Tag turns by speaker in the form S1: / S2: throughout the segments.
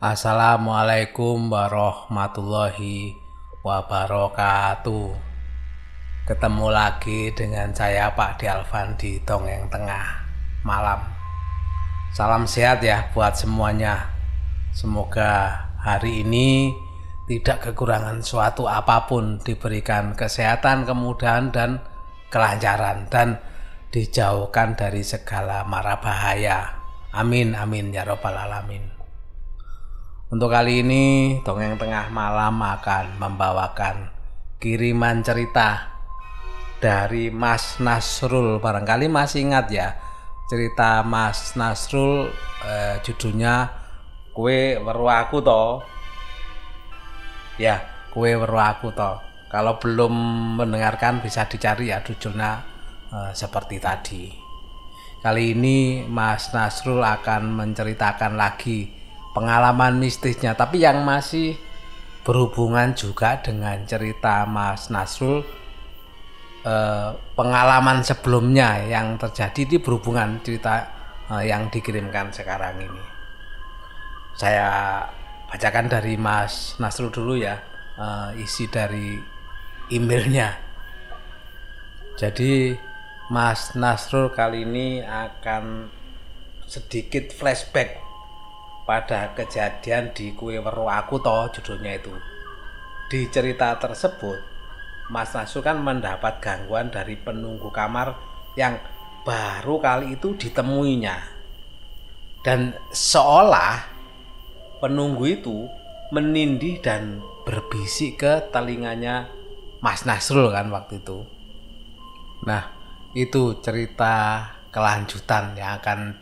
S1: Assalamualaikum warahmatullahi wabarakatuh. Ketemu lagi dengan saya Pak Dialvan di Dongeng Tengah Malam. Salam sehat ya buat semuanya. Semoga hari ini tidak kekurangan suatu apapun, diberikan kesehatan, kemudahan dan kelancaran, dan dijauhkan dari segala mara bahaya. Amin amin ya robbal alamin. Untuk kali ini Dongeng Tengah Malam akan membawakan kiriman cerita dari Mas Nasrul. Barangkali masih ingat ya cerita Mas Nasrul, judulnya Kue Weruh Aku To. Ya, Kue Weruh Aku To. Kalau belum mendengarkan bisa dicari ya judulnya seperti tadi. Kali ini Mas Nasrul akan menceritakan lagi pengalaman mistisnya, tapi yang masih berhubungan juga dengan cerita Mas Nasrul. Pengalaman sebelumnya yang terjadi di berhubungan cerita yang dikirimkan sekarang ini. Saya bacakan dari Mas Nasrul dulu ya, isi dari emailnya. Jadi Mas Nasrul kali ini akan sedikit flashback pada kejadian di Kue Weruh Aku To, judulnya itu. Di cerita tersebut Mas Nasrul kan mendapat gangguan dari penunggu kamar yang baru kali itu ditemuinya, dan seolah penunggu itu menindih dan berbisik ke telinganya Mas Nasrul kan waktu itu. Nah, itu cerita kelanjutan yang akan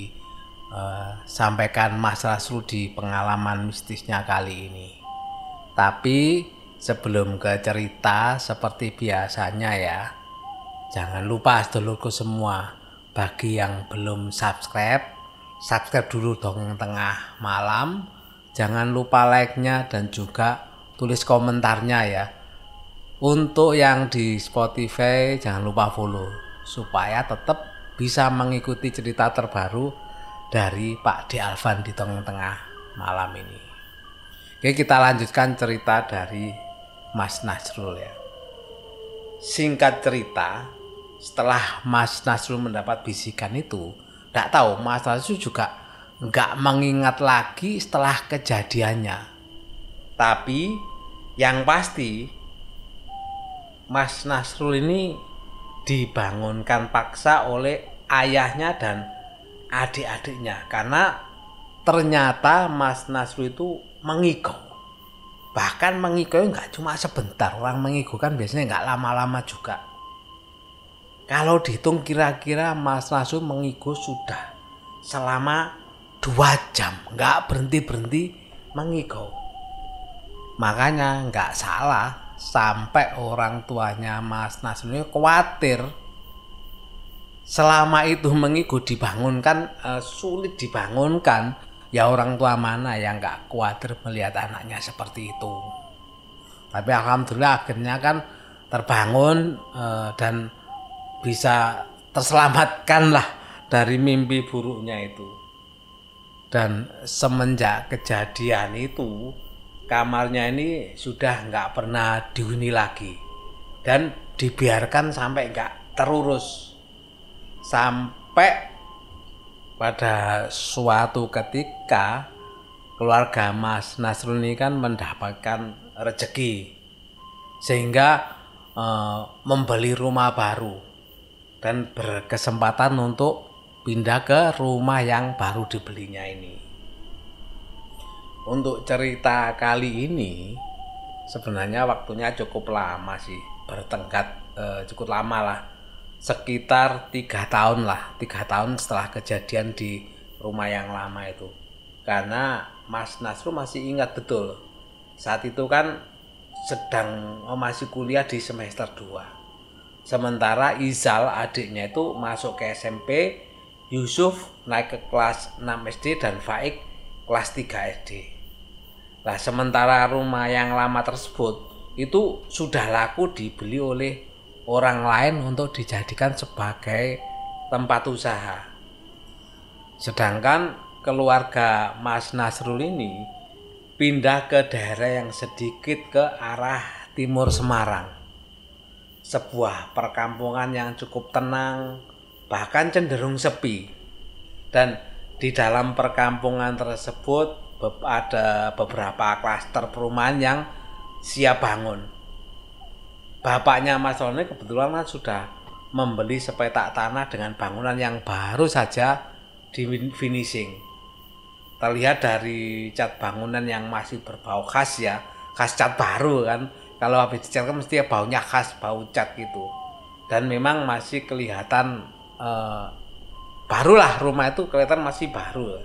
S1: sampaikan Mas Nasrul di pengalaman mistisnya kali ini. Tapi sebelum ke cerita, seperti biasanya ya, jangan lupa sedulurku semua, bagi yang belum subscribe dulu Dongeng Tengah Malam. Jangan lupa like-nya dan juga tulis komentarnya ya. Untuk yang di Spotify jangan lupa follow supaya tetap bisa mengikuti cerita terbaru dari Pak Dialvan di Dongeng Tengah Malam ini. Oke, kita lanjutkan cerita dari Mas Nasrul ya. Singkat cerita, setelah Mas Nasrul mendapat bisikan itu, tidak tahu Mas Nasrul juga nggak mengingat lagi setelah kejadiannya. Tapi yang pasti Mas Nasrul ini dibangunkan paksa oleh ayahnya dan adik-adiknya, karena ternyata Mas Nasrul itu mengigau. Bahkan mengigau nggak cuma sebentar, orang mengigau kan biasanya nggak lama-lama juga. Kalau dihitung kira-kira Mas Nasrul mengigau sudah selama 2 jam, nggak berhenti-berhenti mengigau. Makanya nggak salah sampai orang tuanya Mas Nasrul ini khawatir. Selama itu mengigau dibangunkan, sulit dibangunkan, ya orang tua mana yang gak khawatir melihat anaknya seperti itu. Tapi alhamdulillah akhirnya kan terbangun dan bisa terselamatkan lah dari mimpi buruknya itu. Dan semenjak kejadian itu, kamarnya ini sudah gak pernah dihuni lagi dan dibiarkan sampai gak terurus. Sampai pada suatu ketika keluarga Mas Nasrul ini kan mendapatkan rezeki sehingga membeli rumah baru dan berkesempatan untuk pindah ke rumah yang baru dibelinya ini. Untuk cerita kali ini sebenarnya waktunya cukup lama sih, bertengkar cukup lama lah. Sekitar 3 tahun lah, 3 tahun setelah kejadian di rumah yang lama itu. Karena Mas Nasrul masih ingat betul, saat itu kan masih kuliah di semester 2. Sementara Izal adiknya itu masuk ke SMP, Yusuf naik ke kelas 6 SD dan Faik kelas 3 SD. Nah, sementara rumah yang lama tersebut itu sudah laku dibeli oleh orang lain untuk dijadikan sebagai tempat usaha. Sedangkan keluarga Mas Nasrul ini pindah ke daerah yang sedikit ke arah timur Semarang. Sebuah perkampungan yang cukup tenang, bahkan cenderung sepi. Dan di dalam perkampungan tersebut ada beberapa klaster perumahan yang siap bangun. Bapaknya Mas Nasrul ini kebetulan kan sudah membeli sepetak tanah dengan bangunan yang baru saja di finishing. Terlihat dari cat bangunan yang masih berbau khas ya, khas cat baru kan. Kalau habis dicat kan mesti baunya khas, bau cat gitu. Dan memang masih kelihatan barulah, rumah itu kelihatan masih baru.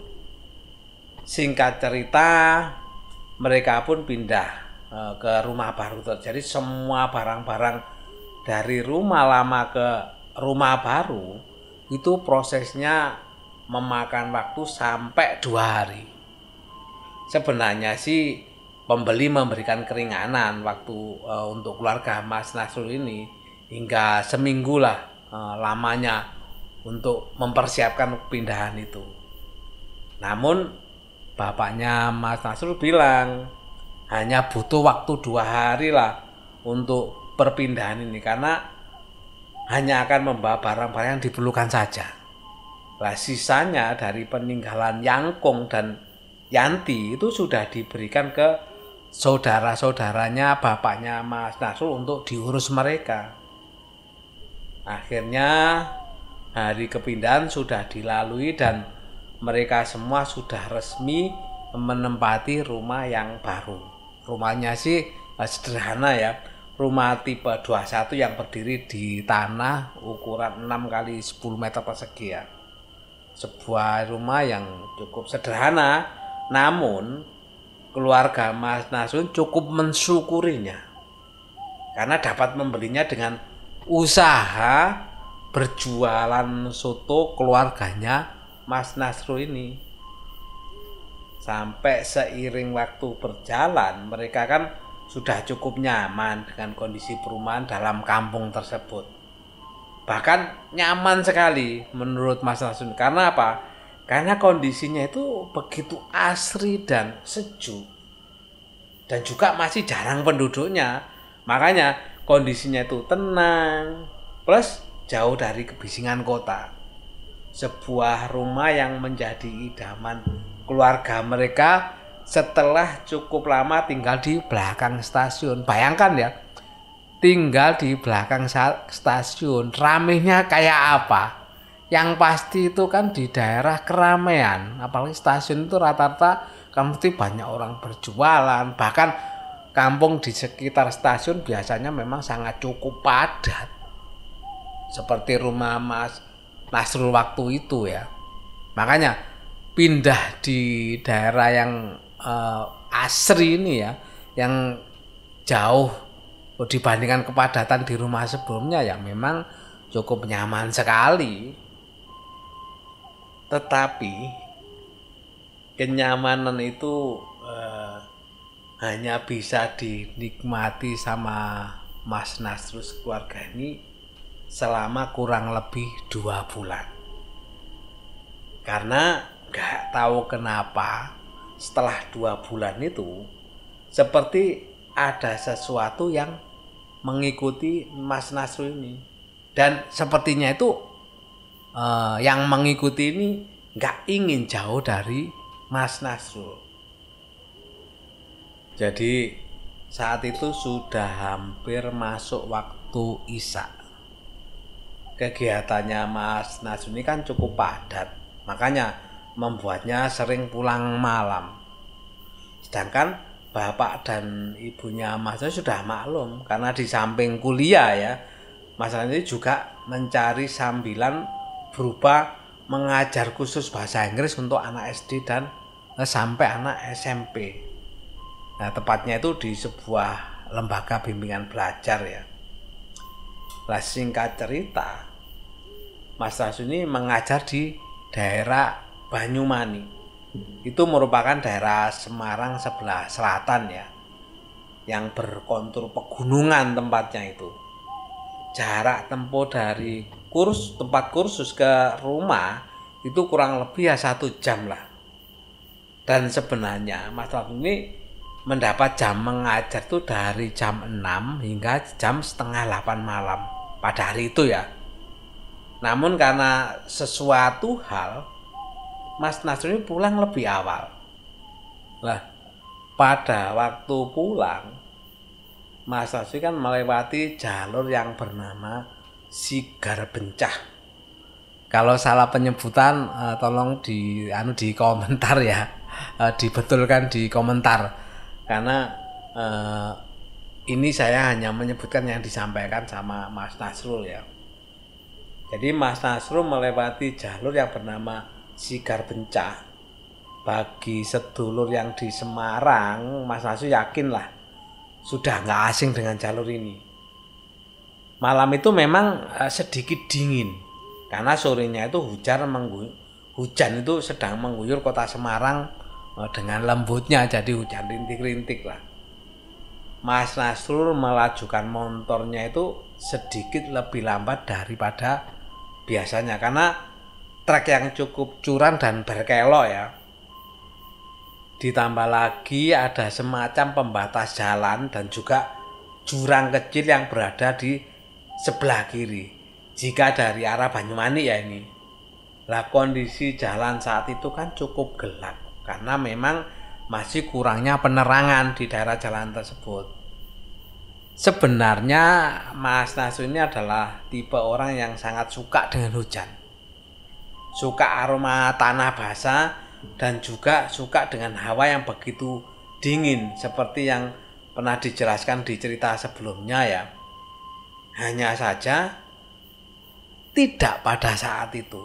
S1: Singkat cerita, mereka pun pindah ke rumah baru. Jadi semua barang-barang dari rumah lama ke rumah baru itu prosesnya memakan waktu sampai 2 hari. Sebenarnya sih pembeli memberikan keringanan waktu untuk keluarga Mas Nasrul ini hingga seminggu lah lamanya untuk mempersiapkan pindahan itu. Namun bapaknya Mas Nasrul bilang hanya butuh waktu 2 hari lah untuk perpindahan ini karena hanya akan membawa barang-barang yang diperlukan saja. Nah, sisanya dari peninggalan Yangkung dan Yanti itu sudah diberikan ke saudara-saudaranya bapaknya Mas Nasrul untuk diurus mereka. Akhirnya hari kepindahan sudah dilalui dan mereka semua sudah resmi menempati rumah yang baru. Rumahnya sih sederhana ya. Rumah tipe 21 yang berdiri di tanah ukuran 6 kali 10 meter persegi ya. Sebuah rumah yang cukup sederhana, namun keluarga Mas Nasrul cukup mensyukurinya. Karena dapat membelinya dengan usaha berjualan soto keluarganya Mas Nasrul ini. Sampai seiring waktu berjalan, mereka kan sudah cukup nyaman dengan kondisi perumahan dalam kampung tersebut. Bahkan nyaman sekali menurut Mas Nasrul. Karena apa? Karena kondisinya itu begitu asri dan sejuk. Dan juga masih jarang penduduknya. Makanya kondisinya itu tenang. Plus jauh dari kebisingan kota. Sebuah rumah yang menjadi idaman keluarga mereka setelah cukup lama tinggal di belakang stasiun. Bayangkan ya, tinggal di belakang stasiun, ramenya kayak apa? Yang pasti itu kan di daerah keramaian, apalagi stasiun itu rata-rata kan mesti banyak orang berjualan. Bahkan kampung di sekitar stasiun biasanya memang sangat cukup padat. Seperti rumah Mas Nasrul waktu itu ya. Makanya pindah di daerah yang asri ini ya, yang jauh dibandingkan kepadatan di rumah sebelumnya ya memang cukup nyaman sekali. Tetapi kenyamanan itu hanya bisa dinikmati sama Mas Nasrul keluarga ini selama kurang lebih 2 bulan. Karena nggak tahu kenapa setelah 2 bulan itu seperti ada sesuatu yang mengikuti Mas Nasrul ini. Dan sepertinya itu yang mengikuti ini nggak ingin jauh dari Mas Nasrul. Jadi saat itu sudah hampir masuk waktu Isya. Kegiatannya Mas Nasrul ini kan cukup padat. Makanya membuatnya sering pulang malam. Sedangkan bapak dan ibunya Mas Nasrul sudah maklum karena di samping kuliah ya, Mas Nasrul ini juga mencari sambilan berupa mengajar khusus bahasa Inggris untuk anak SD dan sampai anak SMP. Nah, tepatnya itu di sebuah lembaga bimbingan belajar ya. Nah, singkat cerita, Mas Nasrul ini mengajar di daerah Banyumani. Itu merupakan daerah Semarang sebelah selatan ya, yang berkontur pegunungan tempatnya itu. Jarak tempuh dari tempat kursus ke rumah itu kurang lebih ya 1 jam lah. Dan sebenarnya Mas Nasrul ini mendapat jam mengajar tuh dari jam 6 hingga jam setengah 8 malam pada hari itu ya. Namun karena sesuatu hal Mas Nasrul ini pulang lebih awal. Lah, pada waktu pulang Mas Nasrul kan melewati jalur yang bernama Sigar Bencah. Kalau salah penyebutan tolong di komentar ya, dibetulkan di komentar karena ini saya hanya menyebutkan yang disampaikan sama Mas Nasrul ya. Jadi Mas Nasrul melewati jalur yang bernama Sigar Bencah. Bagi sedulur yang di Semarang, Mas Nasrul yakin lah sudah nggak asing dengan jalur ini. Malam itu memang sedikit dingin. Karena sorenya itu hujan itu sedang mengguyur kota Semarang dengan lembutnya, jadi hujan rintik-rintik lah. Mas Nasrul melajukan motornya itu sedikit lebih lambat daripada biasanya karena trek yang cukup curam dan berkelok ya. Ditambah lagi ada semacam pembatas jalan dan juga jurang kecil yang berada di sebelah kiri. Jika dari arah Banyumanik ya ini. Lah kondisi jalan saat itu kan cukup gelap karena memang masih kurangnya penerangan di daerah jalan tersebut. Sebenarnya Mas Nasrul ini adalah tipe orang yang sangat suka dengan hujan. Suka aroma tanah basah dan juga suka dengan hawa yang begitu dingin seperti yang pernah dijelaskan di cerita sebelumnya ya. Hanya saja tidak pada saat itu.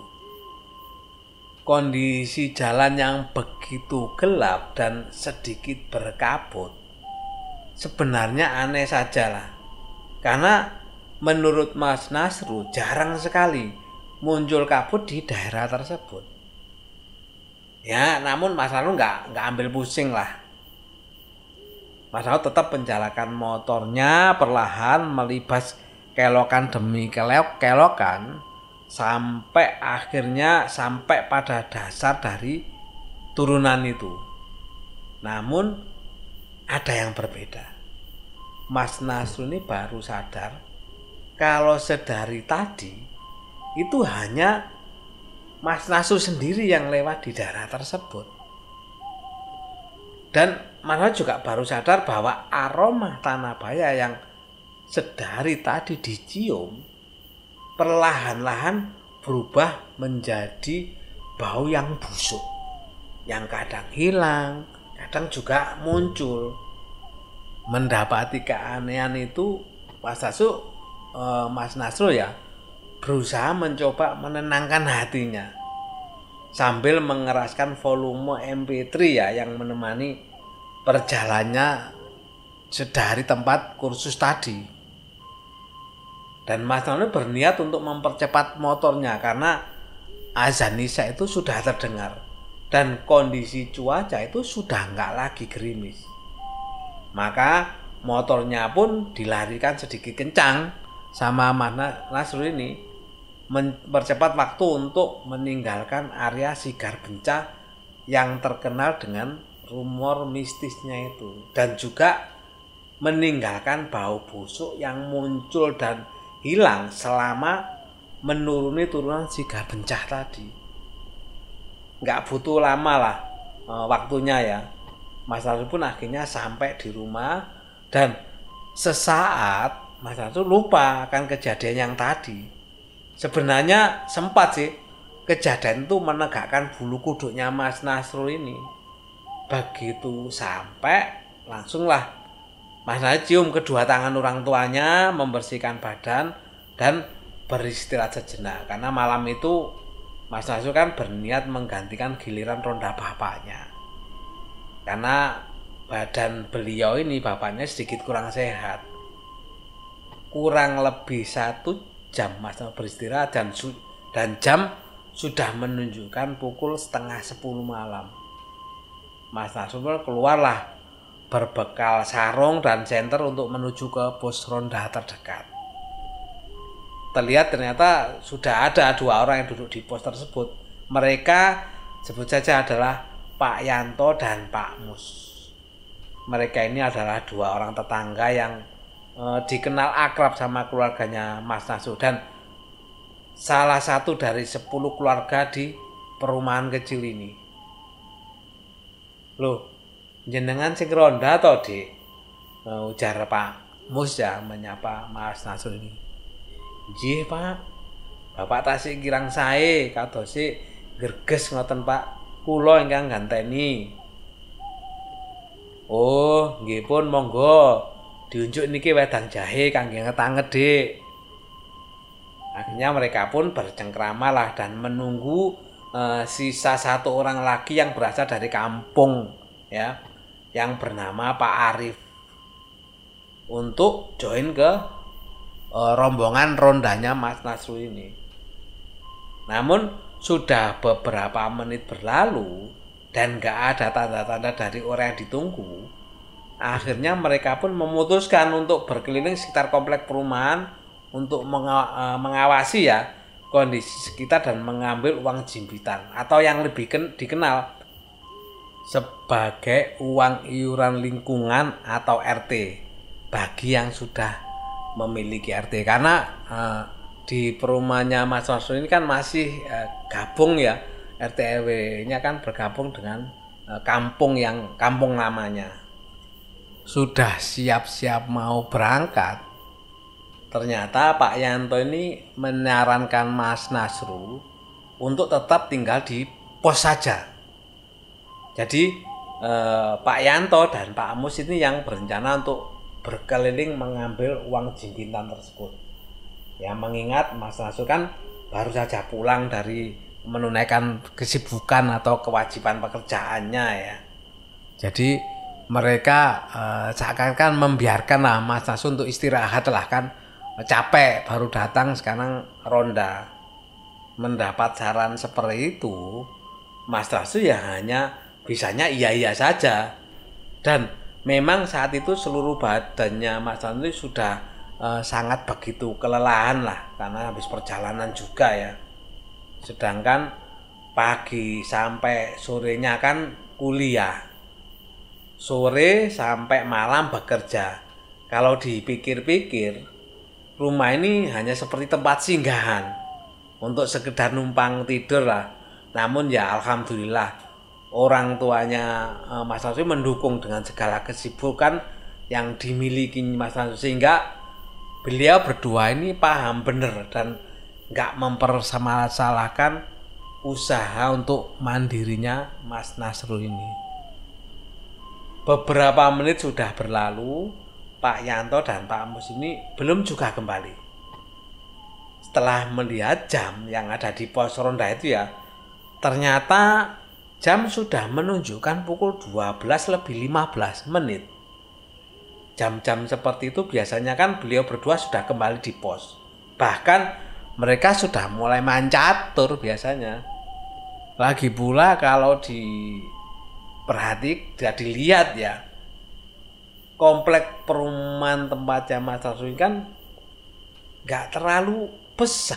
S1: Kondisi jalan yang begitu gelap dan sedikit berkabut sebenarnya aneh saja lah. Karena menurut Mas Nasrul jarang sekali muncul kabut di daerah tersebut. Ya, namun Mas Nasrul nggak ambil pusing lah. Mas Nasrul tetap menjalankan motornya perlahan melibas kelokan demi kelokan sampai akhirnya sampai pada dasar dari turunan itu. Namun ada yang berbeda. Mas Nasrul ini baru sadar kalau sedari tadi itu hanya Mas Nasrul sendiri yang lewat di daerah tersebut. Dan Mas Nasrul juga baru sadar bahwa aroma tanah baya yang sedari tadi dicium perlahan-lahan berubah menjadi bau yang busuk yang kadang hilang, kadang juga muncul. Mendapati keanehan itu Mas Nasrul ya berusaha mencoba menenangkan hatinya sambil mengeraskan volume MP3 ya yang menemani perjalanannya sedari tempat kursus tadi. Dan Mas Nasrul berniat untuk mempercepat motornya karena azan Isya itu sudah terdengar dan kondisi cuaca itu sudah nggak lagi gerimis. Maka motornya pun dilarikan sedikit kencang sama Mas Nasrul ini mempercepat waktu untuk meninggalkan area Sigar Bencah yang terkenal dengan rumor mistisnya itu dan juga meninggalkan bau busuk yang muncul dan hilang selama menuruni turunan Sigar Bencah tadi. Nggak butuh lama lah waktunya ya. Mas Nasrul pun akhirnya sampai di rumah dan sesaat Mas Nasrul lupa akan kejadian yang tadi. Sebenarnya sempat sih kejadian itu menegakkan bulu kuduknya Mas Nasrul ini. Begitu sampai langsunglah Mas Nasrul cium kedua tangan orang tuanya, membersihkan badan dan beristirahat sejenak. Karena malam itu Mas Nasrul kan berniat menggantikan giliran ronda bapaknya. Karena badan beliau ini bapaknya sedikit kurang sehat. Kurang lebih 1 jam Mas Nasrul beristirahat dan jam sudah menunjukkan pukul 9:30 malam. Mas Nasrul keluarlah berbekal sarung dan senter untuk menuju ke pos ronda terdekat. Terlihat ternyata sudah ada 2 orang yang duduk di pos tersebut. Mereka sebut saja adalah Pak Yanto dan Pak Mus. Mereka ini adalah dua orang tetangga yang dikenal akrab sama keluarganya Mas Nasrul dan salah satu dari 10 keluarga di perumahan kecil ini. Loh, jenengan sing ronda toh, Dik? Ujar Pak Mus ya menyapa Mas Nasrul ini. Nggih, Pak. Bapak tasih kirang sae kadosi gerges ngoten, Pak. Kula ingkang ganteni. Oh, nggih pun monggo. Diunjuk niki wedang jahe kangge ngetanget, Dik. Akhirnya mereka pun bercengkrama lah dan menunggu sisa satu orang lagi yang berasal dari kampung ya, yang bernama Pak Arif untuk join ke rombongan rondanya Mas Nasrul ini. Namun sudah beberapa menit berlalu dan gak ada tanda-tanda dari orang yang ditunggu. Akhirnya mereka pun memutuskan untuk berkeliling sekitar komplek perumahan untuk mengawasi ya kondisi sekitar dan mengambil uang jimpitan atau yang lebih dikenal sebagai uang iuran lingkungan atau RT bagi yang sudah memiliki RT, karena di perumahannya Mas Nasrul ini kan masih gabung ya, RT RW-nya kan bergabung dengan kampung namanya. Sudah siap-siap mau berangkat, ternyata Pak Yanto ini menyarankan Mas Nasrul untuk tetap tinggal di pos saja. Jadi Pak Yanto dan Pak Mus ini yang berencana untuk berkeliling mengambil uang jimpitan tersebut. Ya, mengingat Mas Nasrul kan baru saja pulang dari menunaikan kesibukan atau kewajiban pekerjaannya ya. Jadi mereka seakan-akan membiarkan lah Mas Nasrul untuk istirahat lah, kan capek baru datang sekarang ronda. Mendapat saran seperti itu, Mas Nasrul ya hanya bisanya iya saja. Dan memang saat itu seluruh badannya Mas Nasrul sudah sangat begitu kelelahan lah karena habis perjalanan juga ya. Sedangkan pagi sampai sorenya kan kuliah, sore sampai malam bekerja. Kalau dipikir-pikir, rumah ini hanya seperti tempat singgahan untuk sekedar numpang tidur lah. Namun ya alhamdulillah orang tuanya Mas Nasrul mendukung dengan segala kesibukan yang dimiliki Mas Nasrul, sehingga beliau berdua ini paham benar dan gak mempermasalahkan usaha untuk mandirinya Mas Nasrul ini. Beberapa menit sudah berlalu, Pak Yanto dan Pak Mus ini belum juga kembali. Setelah melihat jam yang ada di pos ronda itu ya, ternyata jam sudah menunjukkan pukul 12:15. Jam-jam seperti itu biasanya kan beliau berdua sudah kembali di pos. Bahkan mereka sudah mulai mancatur biasanya. Lagi pula kalau dilihat ya, komplek perumahan tempatnya Mas Nasrul kan gak terlalu besar.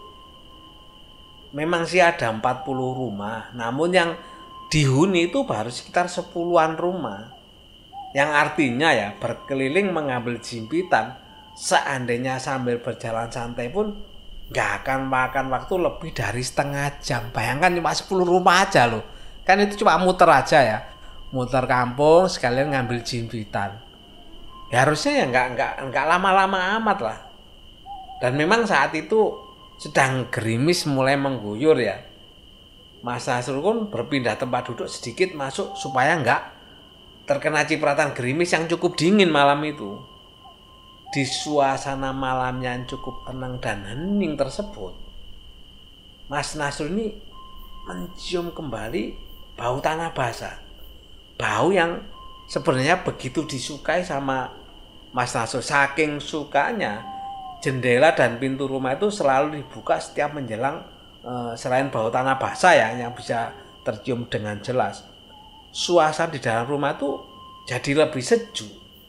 S1: Memang sih ada 40 rumah, namun yang dihuni itu baru sekitar 10-an rumah. Yang artinya ya berkeliling mengambil jimpitan, seandainya sambil berjalan santai pun gak akan makan waktu lebih dari setengah jam. Bayangkan cuma 10 rumah aja loh. Kan itu cuma muter aja ya. Muter kampung sekalian ngambil jimpitan. Ya harusnya ya nggak lama-lama amat lah. Dan memang saat itu sedang gerimis mulai mengguyur ya. Mas Nasrul pun berpindah tempat duduk sedikit masuk supaya nggak terkena cipratan gerimis yang cukup dingin malam itu. Di suasana malam yang cukup tenang dan hening tersebut, Mas Nasrul ini mencium kembali bau tanah basah. Bau yang sebenarnya begitu disukai sama Mas Nasrul. Saking sukanya, jendela dan pintu rumah itu selalu dibuka setiap menjelang selain bau tanah basah ya yang bisa tercium dengan jelas. Suasana di dalam rumah itu jadi lebih sejuk.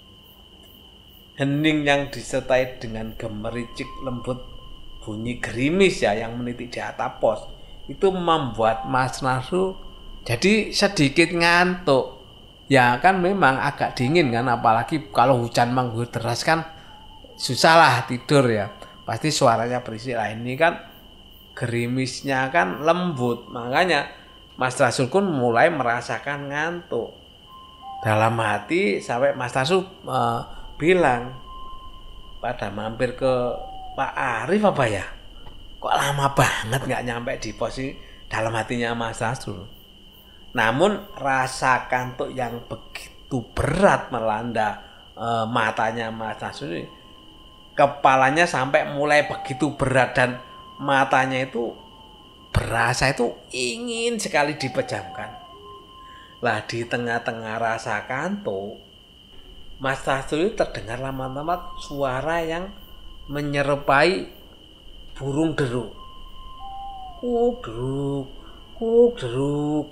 S1: Hening yang disertai dengan gemericik lembut bunyi gerimis ya yang menitik di atap pos itu membuat Mas Nasrul Jadi sedikit ngantuk. Ya kan memang agak dingin kan, apalagi kalau hujan mengguyur deras kan susah lah tidur ya. Pasti suaranya berisik lah. Ini kan gerimisnya kan lembut, makanya Mas Rasul pun mulai merasakan ngantuk. Dalam hati sampai Mas Rasul bilang pada mampir ke Pak Arif apa ya? Kok lama banget nggak nyampe di pos ini, dalam hatinya Mas Rasul. Namun rasa kantuk yang begitu berat melanda matanya Mas Rasul ini, kepalanya sampai mulai begitu berat dan matanya itu berasa itu ingin sekali dipejamkan. Lah di tengah-tengah rasa kantuk, Mas Rasul itu terdengar lama-lama suara yang menyerupai burung deruk. Kuk deruk, kuk deruk.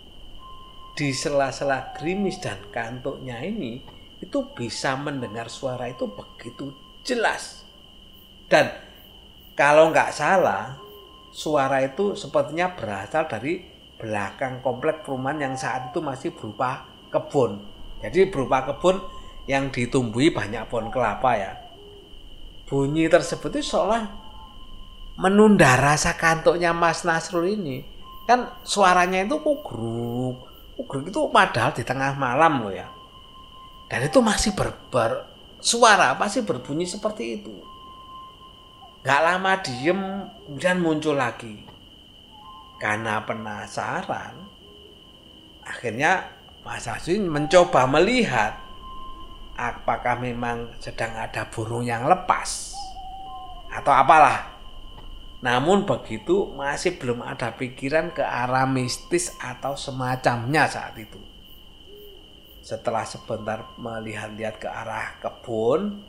S1: Di sela-sela gerimis dan kantuknya ini, itu bisa mendengar suara itu begitu jelas. Dan kalau nggak salah, suara itu sepertinya berasal dari belakang komplek perumahan yang saat itu masih berupa kebun. Jadi berupa kebun yang ditumbuhi banyak pohon kelapa ya. Bunyi tersebut itu seolah menunda rasa kantuknya Mas Nasrul ini. Kan suaranya itu kugruk itu padahal di tengah malam loh ya. Dan itu masih suara masih berbunyi seperti itu. Gak lama diem, kemudian muncul lagi. Karena penasaran, akhirnya Mas Rasul mencoba melihat apakah memang sedang ada burung yang lepas atau apalah. Namun begitu masih belum ada pikiran ke arah mistis atau semacamnya saat itu. Setelah sebentar melihat-lihat ke arah kebun,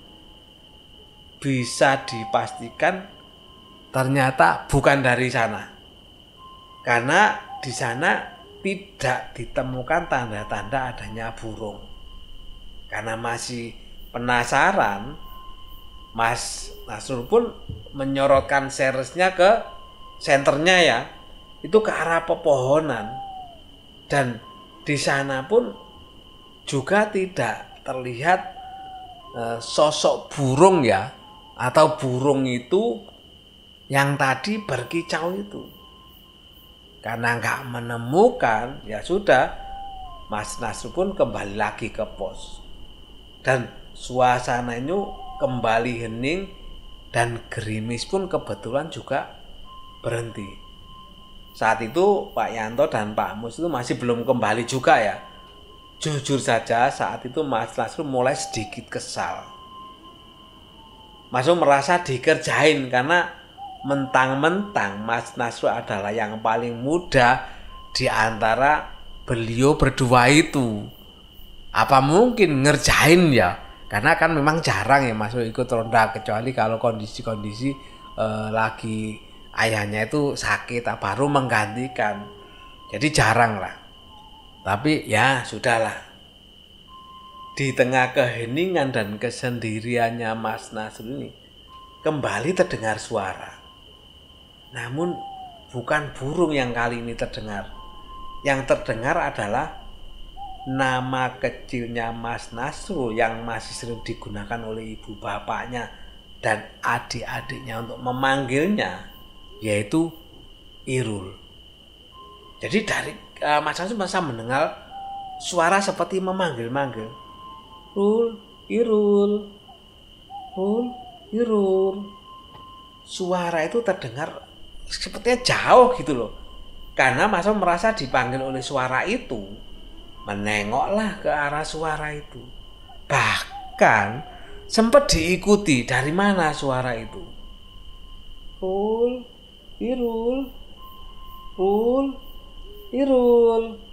S1: bisa dipastikan ternyata bukan dari sana. Karena di sana tidak ditemukan tanda-tanda adanya burung. Karena masih penasaran, Mas Nasrul pun menyorotkan seresnya ke senternya ya, itu ke arah pepohonan. Dan di sana pun juga tidak terlihat sosok burung ya, atau burung itu yang tadi berkicau itu. Karena nggak menemukan, ya sudah, Mas Nasrul pun kembali lagi ke pos. Dan suasana itu kembali hening dan gerimis pun kebetulan juga berhenti. Saat itu Pak Yanto dan Pak Mus itu masih belum kembali juga ya. Jujur saja saat itu Mas Nasrul mulai sedikit kesal. Mas Nasrul merasa dikerjain karena mentang-mentang Mas Nasrul adalah yang paling muda di antara beliau berdua itu. Apa mungkin ngerjain ya? Karena kan memang jarang ya Mas ikut ronda, kecuali kalau kondisi-kondisi lagi ayahnya itu sakit baru menggantikan. Jadi jarang lah. Tapi ya sudahlah. Di tengah keheningan dan kesendiriannya Mas Nasrul ini kembali terdengar suara. Namun bukan burung yang kali ini terdengar. Yang terdengar adalah nama kecilnya Mas Nasrul yang masih sering digunakan oleh ibu bapaknya dan adik-adiknya untuk memanggilnya, yaitu Irul. Jadi dari Mas Nasrul masa mendengar suara seperti memanggil-manggil. Rul, Irul, Rul, Irul. Suara itu terdengar sepertinya jauh gitu loh. Karena Mas Nasrul merasa dipanggil oleh suara itu. Menengoklah ke arah suara itu. Bahkan sempat diikuti dari mana suara itu. Rul, Irul, Rul, Irul.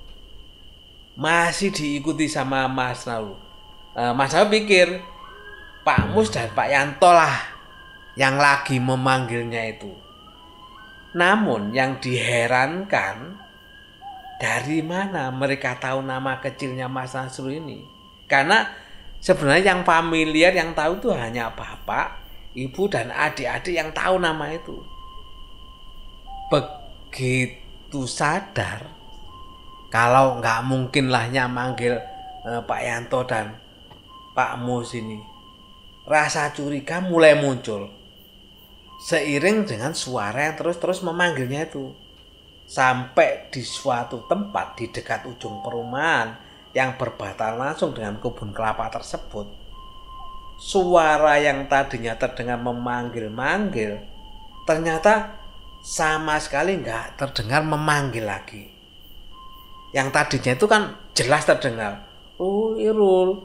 S1: Masih diikuti sama Mas Nasrul. Mas Nasrul pikir Pak Mus dan Pak Yanto lah yang lagi memanggilnya itu. Namun yang diherankan, dari mana mereka tahu nama kecilnya Mas Nasrul ini? Karena sebenarnya yang familiar, yang tahu itu hanya bapak, ibu, dan adik-adik yang tahu nama itu. Begitu sadar, Kalau nggak mungkin lahnya manggil Pak Yanto dan Pak Mus ini. Rasa curiga mulai muncul. Seiring dengan suara yang terus-terus memanggilnya itu. Sampai di suatu tempat di dekat ujung perumahan yang berbatasan langsung dengan kebun kelapa tersebut. Suara yang tadinya terdengar memanggil-manggil, ternyata sama sekali nggak terdengar memanggil lagi. Yang tadinya itu kan jelas terdengar. Rul.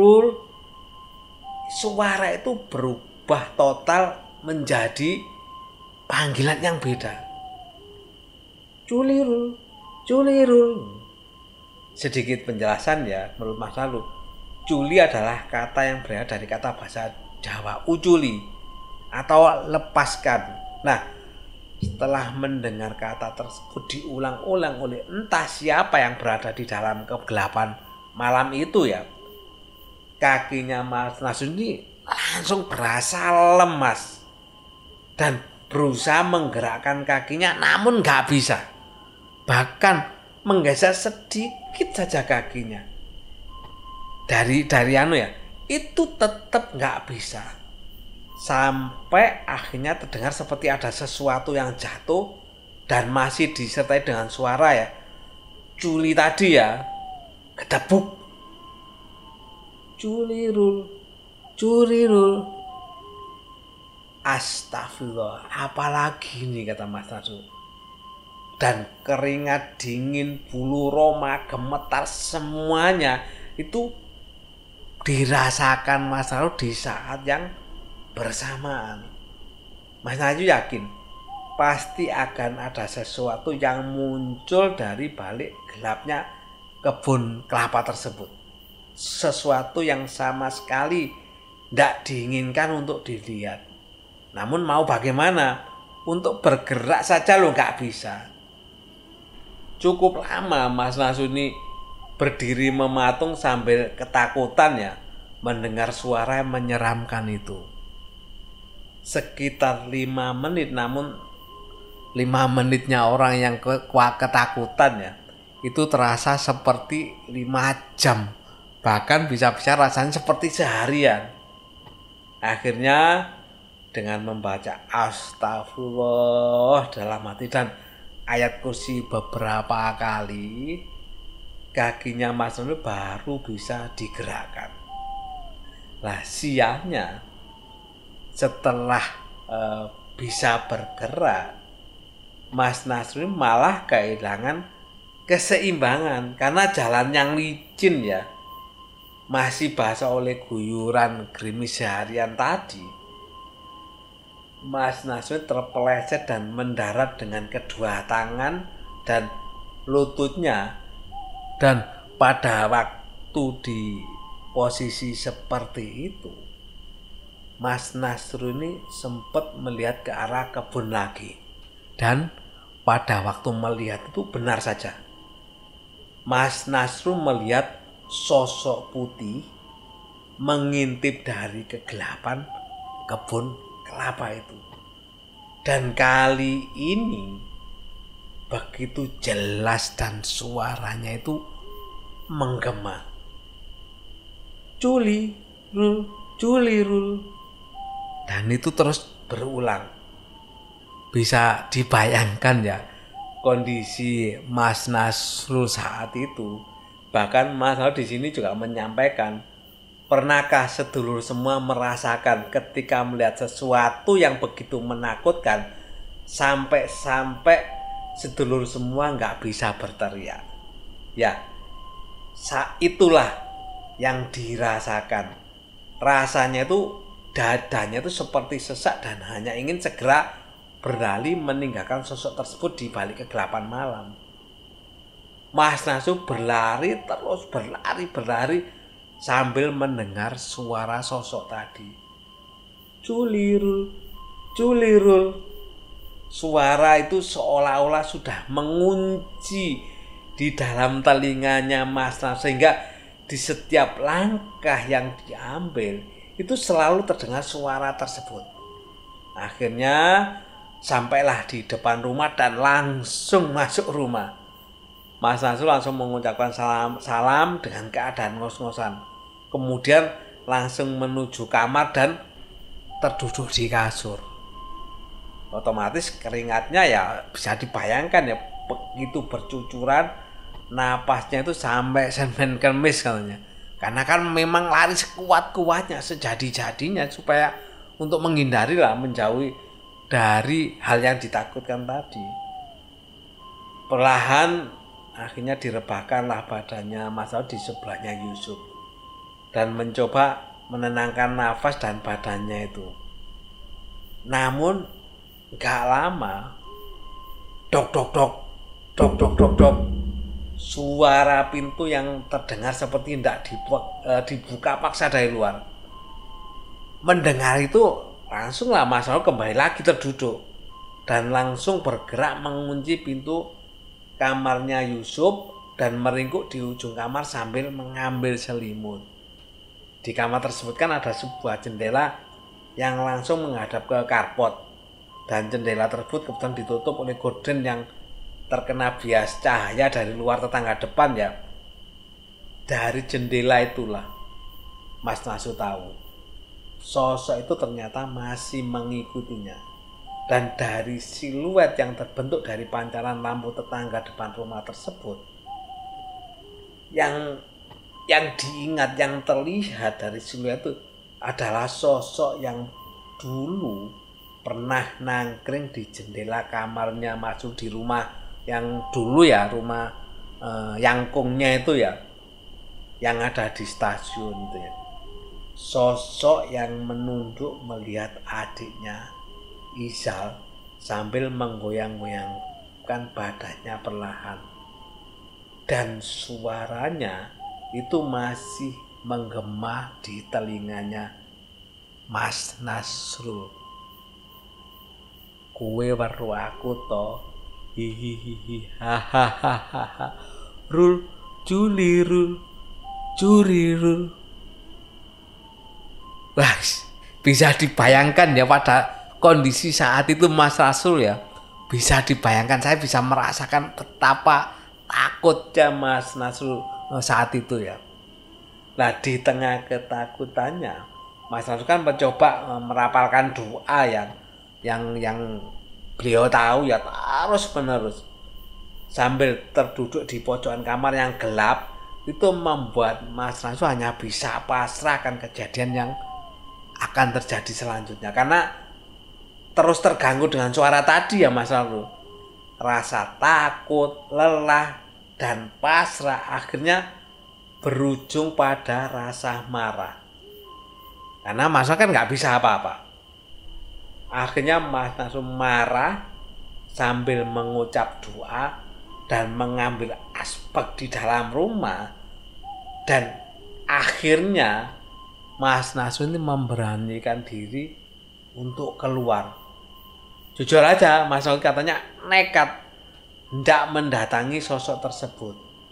S1: Suara itu berubah total menjadi panggilan yang beda. Culirul. Sedikit penjelasan ya menurut Mas Lalu. Culi adalah kata yang berasal dari kata bahasa Jawa uculi atau lepaskan. Nah, setelah mendengar kata tersebut diulang-ulang oleh entah siapa yang berada di dalam kegelapan malam itu ya, kakinya Mas Nasun ini langsung berasa lemas dan berusaha menggerakkan kakinya namun nggak bisa, bahkan menggeser sedikit saja kakinya dari itu tetap nggak bisa. Sampai akhirnya terdengar seperti ada sesuatu yang jatuh dan masih disertai dengan suara ya Culi tadi ya, kedebuk. Culirul. Astagfirullah, apalagi nih kata Mas Nasu. Dan keringat dingin, bulu roma, gemetar semuanya itu dirasakan Mas Nasu di saat yang bersamaan. Mas Nasu yakin pasti akan ada sesuatu yang muncul dari balik gelapnya kebun kelapa tersebut. Sesuatu yang sama sekali tidak diinginkan untuk dilihat. Namun mau bagaimana? Untuk bergerak saja lo nggak bisa. Cukup lama Mas Nasu ini berdiri mematung sambil ketakutan ya mendengar suara yang menyeramkan itu. Sekitar 5 menit, namun 5 menitnya orang yang ketakutan ya itu terasa seperti 5 jam. Bahkan bisa-bisa rasanya seperti seharian. Akhirnya dengan membaca astagfirullah dalam hati dan ayat kursi beberapa kali, kakinya Mas Nasun baru bisa digerakkan. Nah, siangnya setelah bisa bergerak, Mas Nasun malah kehilangan keseimbangan karena jalan yang licin ya, masih basah oleh guyuran gerimis seharian tadi. Mas Nasun terpeleset dan mendarat dengan kedua tangan dan lututnya. Dan pada waktu di posisi seperti itu, Mas Nasun ini sempat melihat ke arah kebun lagi. Dan pada waktu melihat itu benar saja, Mas Nasun melihat sosok putih mengintip dari kegelapan kebun kelapa itu. Dan kali ini begitu jelas dan suaranya itu menggema. Culirul. Dan itu terus berulang. Bisa dibayangkan ya kondisi Mas Nasun saat itu. Bahkan Mas Nasun di sini juga menyampaikan, pernahkah sedulur semua merasakan ketika melihat sesuatu yang begitu menakutkan sampai sedulur semua nggak bisa berteriak? Ya, itulah yang dirasakan. Rasanya itu dadanya itu seperti sesak dan hanya ingin segera berlari meninggalkan sosok tersebut di balik kegelapan malam. Mas Nasun berlari sambil mendengar suara sosok tadi. Culirul. Suara itu seolah-olah sudah mengunci di dalam telinganya Mas Nasun, sehingga di setiap langkah yang diambil itu selalu terdengar suara tersebut. Akhirnya sampailah di depan rumah dan langsung masuk rumah. Mas Nasrul langsung mengucapkan salam dengan keadaan ngos-ngosan. Kemudian langsung menuju kamar dan terduduk di kasur. Otomatis keringatnya ya bisa dibayangkan ya, begitu bercucuran, napasnya itu sampai semen kemis katanya. Karena kan memang lari sekuat-kuatnya, sejadi-jadinya supaya untuk menghindari lah, menjauhi dari hal yang ditakutkan tadi. Perlahan akhirnya direbahkanlah badannya Mas Nasrul di sebelahnya Yusuf dan mencoba menenangkan nafas dan badannya itu. Namun gak lama, dok dok dok dok dok dok dok, suara pintu yang terdengar seperti tidak dibuka paksa dari luar. Mendengar itu langsunglah Mas Nasrul kembali lagi terduduk dan langsung bergerak mengunci pintu kamarnya Yusuf dan meringkuk di ujung kamar sambil mengambil selimut. Di kamar tersebut kan ada sebuah jendela yang langsung menghadap ke karpot, dan jendela tersebut kebetulan ditutup oleh gorden yang terkena bias cahaya dari luar tetangga depan ya. Dari jendela itulah Mas Nasrul tahu sosok itu ternyata masih mengikutinya. Dan dari siluet yang terbentuk dari pancaran lampu tetangga depan rumah tersebut, yang diingat, yang terlihat dari siluet itu adalah sosok yang dulu pernah nangkring di jendela kamarnya Mas Nasrul di rumah yang dulu ya, rumah Yangkungnya itu ya, yang ada di stasiun itu ya. Sosok yang menunduk melihat adiknya Izal sambil menggoyang-goyangkan badannya perlahan, dan suaranya itu masih menggema di telinganya Mas Nasrul. Kowe weru aku to, hihihihi, hahaha, rul, juli rul, curi rul. Wah, bisa dibayangkan ya pada kondisi saat itu Mas Nasrul ya, bisa dibayangkan, saya bisa merasakan betapa takutnya Mas Nasrul saat itu ya. Nah, di tengah ketakutannya Mas Nasrul kan mencoba merapalkan doa yang beliau tahu ya terus menerus sambil terduduk di pojokan kamar yang gelap. Itu membuat Mas Nasrul hanya bisa pasrah akan kejadian yang akan terjadi selanjutnya, karena terus terganggu dengan suara tadi ya Mas Nasrul. Rasa takut, lelah, dan pasrah akhirnya berujung pada rasa marah. Karena Mas Nasrul kan nggak bisa apa-apa. Akhirnya Mas Nasrul marah sambil mengucap doa dan mengambil aspek di dalam rumah. Dan akhirnya Mas Nasrul ini memberanikan diri untuk keluar. Jujur aja, Mas Nasrul katanya nekat hendak mendatangi sosok tersebut.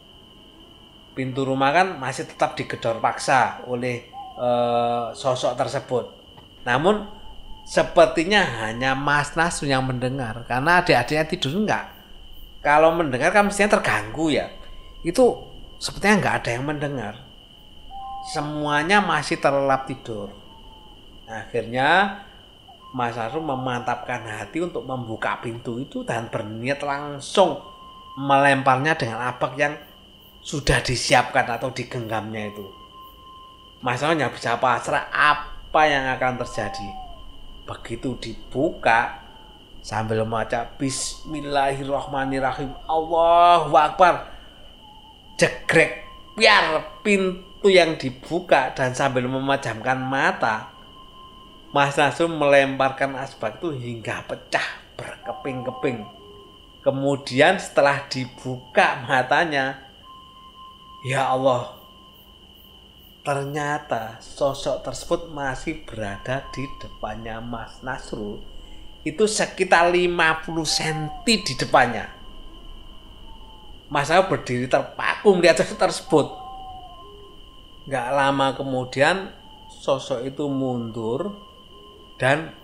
S1: Pintu rumah kan masih tetap digedor paksa oleh sosok tersebut. Namun sepertinya hanya Mas Nasrul yang mendengar, karena adik-adiknya tidur enggak. Kalau mendengar kan mestinya terganggu ya. Itu sepertinya enggak ada yang mendengar. Semuanya masih terlelap tidur. Akhirnya Mas Nasrul memantapkan hati untuk membuka pintu itu dan berniat langsung melemparnya dengan apak yang sudah disiapkan atau digenggamnya itu. Mas Nasrul hanya bisa pasrah apa yang akan terjadi. Begitu dibuka, sambil membaca Bismillahirrahmanirrahim, Allahu Akbar, jegrek biar pintu yang dibuka, dan sambil memejamkan mata, Mas Nasrul melemparkan asbak itu hingga pecah berkeping-keping. Kemudian setelah dibuka matanya, ya Allah, ternyata sosok tersebut masih berada di depannya Mas Nasrul. Itu sekitar 50 cm di depannya. Mas Nasrul berdiri terpaku melihat sosok tersebut. Gak lama kemudian sosok itu mundur dan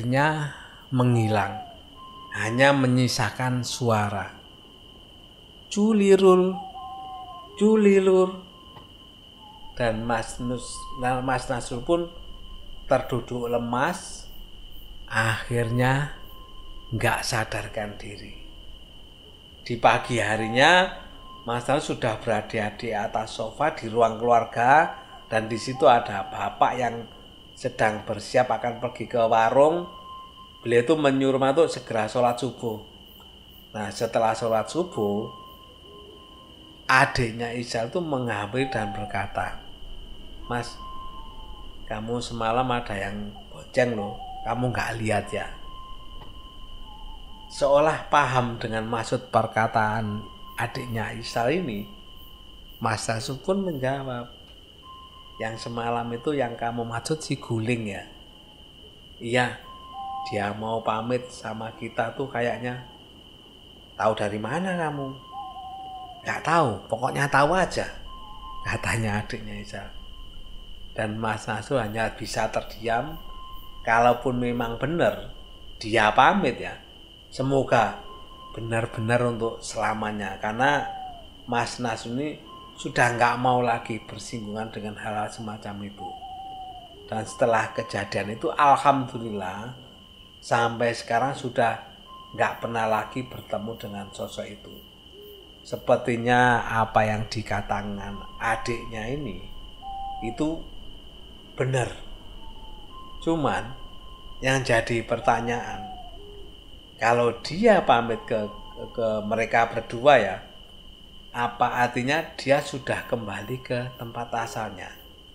S1: akhirnya menghilang, hanya menyisakan suara. Culirul, culilur. Dan Mas Nasrul pun terduduk lemas, akhirnya nggak sadarkan diri. Di pagi harinya Mas Nasrul sudah berada di atas sofa di ruang keluarga, dan di situ ada bapak yang sedang bersiap akan pergi ke warung. Beliau itu menyuruh untuk segera sholat subuh. Nah, setelah sholat subuh, adiknya Isal itu menghampiri dan berkata, "Mas, kamu semalam ada yang bonceng loh, kamu nggak lihat ya?" Seolah paham dengan maksud perkataan adiknya Isal ini, Mas Nasrul pun menjawab, "Yang semalam itu yang kamu maksud si Guling ya?" "Iya, dia mau pamit sama kita tuh kayaknya." "Tahu dari mana kamu?" "Nggak tahu, pokoknya tahu aja," katanya adiknya Isal. Dan Mas Nasrul hanya bisa terdiam. Kalaupun memang benar dia pamit ya, semoga benar-benar untuk selamanya, karena Mas Nasrul ini sudah nggak mau lagi bersinggungan dengan hal-hal semacam itu. Dan setelah kejadian itu, alhamdulillah sampai sekarang sudah nggak pernah lagi bertemu dengan sosok itu. Sepertinya apa yang dikatakan adiknya ini itu benar. Cuman yang jadi pertanyaan, kalau dia pamit ke mereka berdua ya, apa artinya dia sudah kembali ke tempat asalnya?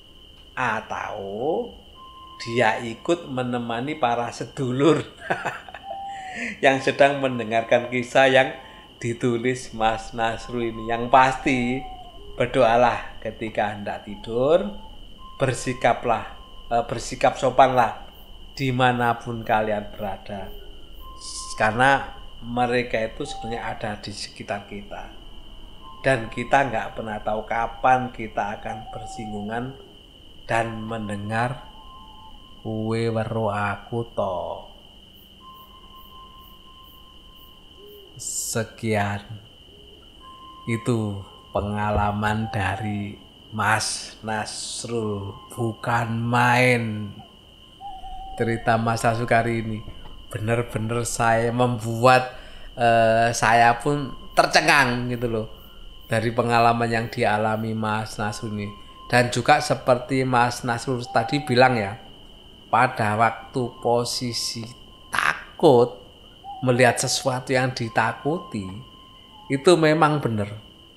S1: Atau dia ikut menemani para sedulur yang sedang mendengarkan kisah yang ditulis Mas Nasrul ini? Yang pasti, berdoalah ketika hendak tidur, bersikap sopanlah dimanapun kalian berada, karena mereka itu sebenarnya ada di sekitar kita, dan kita nggak pernah tahu kapan kita akan bersinggungan dan mendengar "Kuwe weruh aku to." Sekian, itu pengalaman dari Mas Nasrul. Bukan main cerita Mas Nasrul kali ini, bener-bener saya membuat saya pun tercengang gitu loh dari pengalaman yang dialami Mas Nasrul ini. Dan juga seperti Mas Nasrul tadi bilang ya, pada waktu posisi takut melihat sesuatu yang ditakuti, itu memang benar.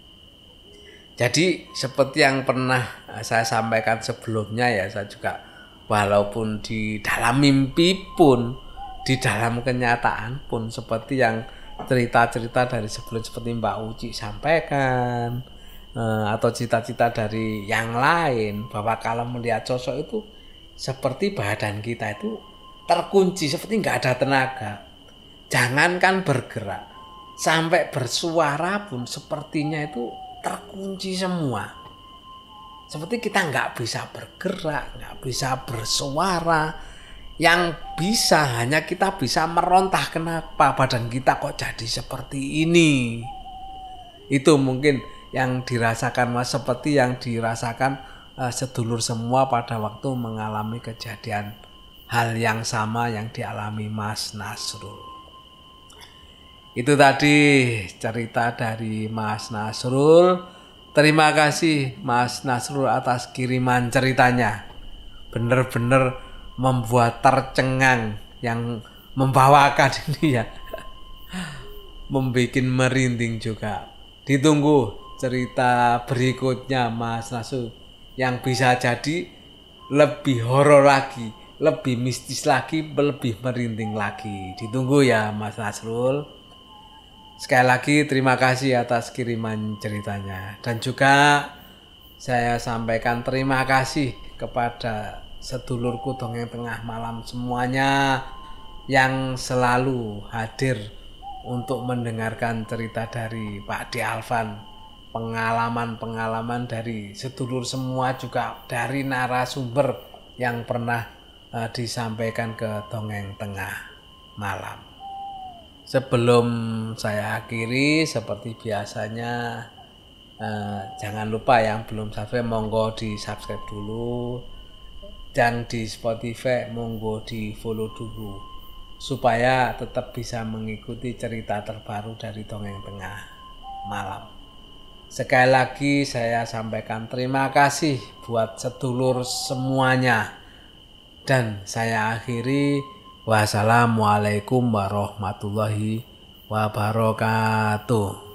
S1: Jadi seperti yang pernah saya sampaikan sebelumnya ya, saya juga walaupun di dalam mimpi pun, di dalam kenyataan pun, seperti yang cerita-cerita dari sebelum seperti Mbak Uci sampaikan, atau cita-cita dari yang lain, bahwa kalau melihat sosok itu seperti badan kita itu terkunci, seperti nggak ada tenaga. Jangankan bergerak, sampai bersuara pun sepertinya itu terkunci semua. Seperti kita nggak bisa bergerak, nggak bisa bersuara. Yang bisa hanya kita bisa meronta, kenapa badan kita kok jadi seperti ini. Itu mungkin yang dirasakan Mas, seperti yang dirasakan sedulur semua pada waktu mengalami kejadian hal yang sama yang dialami Mas Nasrul. Itu tadi cerita dari Mas Nasrul. Terima kasih Mas Nasrul atas kiriman ceritanya. Bener-bener membuat tercengang, yang membawakan ini ya, membuat merinding juga. Ditunggu cerita berikutnya Mas Nasrul yang bisa jadi lebih horor lagi, lebih mistis lagi, lebih merinding lagi. Ditunggu ya Mas Nasrul. Sekali lagi terima kasih atas kiriman ceritanya. Dan juga saya sampaikan terima kasih kepada sedulurku Dongeng Tengah Malam semuanya yang selalu hadir untuk mendengarkan cerita dari Pak D. Alvan. Pengalaman-pengalaman dari sedulur semua, juga dari narasumber yang pernah disampaikan ke Dongeng Tengah Malam. Sebelum saya akhiri seperti biasanya, jangan lupa yang belum subscribe monggo di subscribe dulu, dan di Spotify monggo di follow dulu supaya tetap bisa mengikuti cerita terbaru dari Dongeng Tengah Malam. Sekali lagi saya sampaikan terima kasih buat sedulur semuanya, dan saya akhiri, wassalamualaikum warahmatullahi wabarakatuh.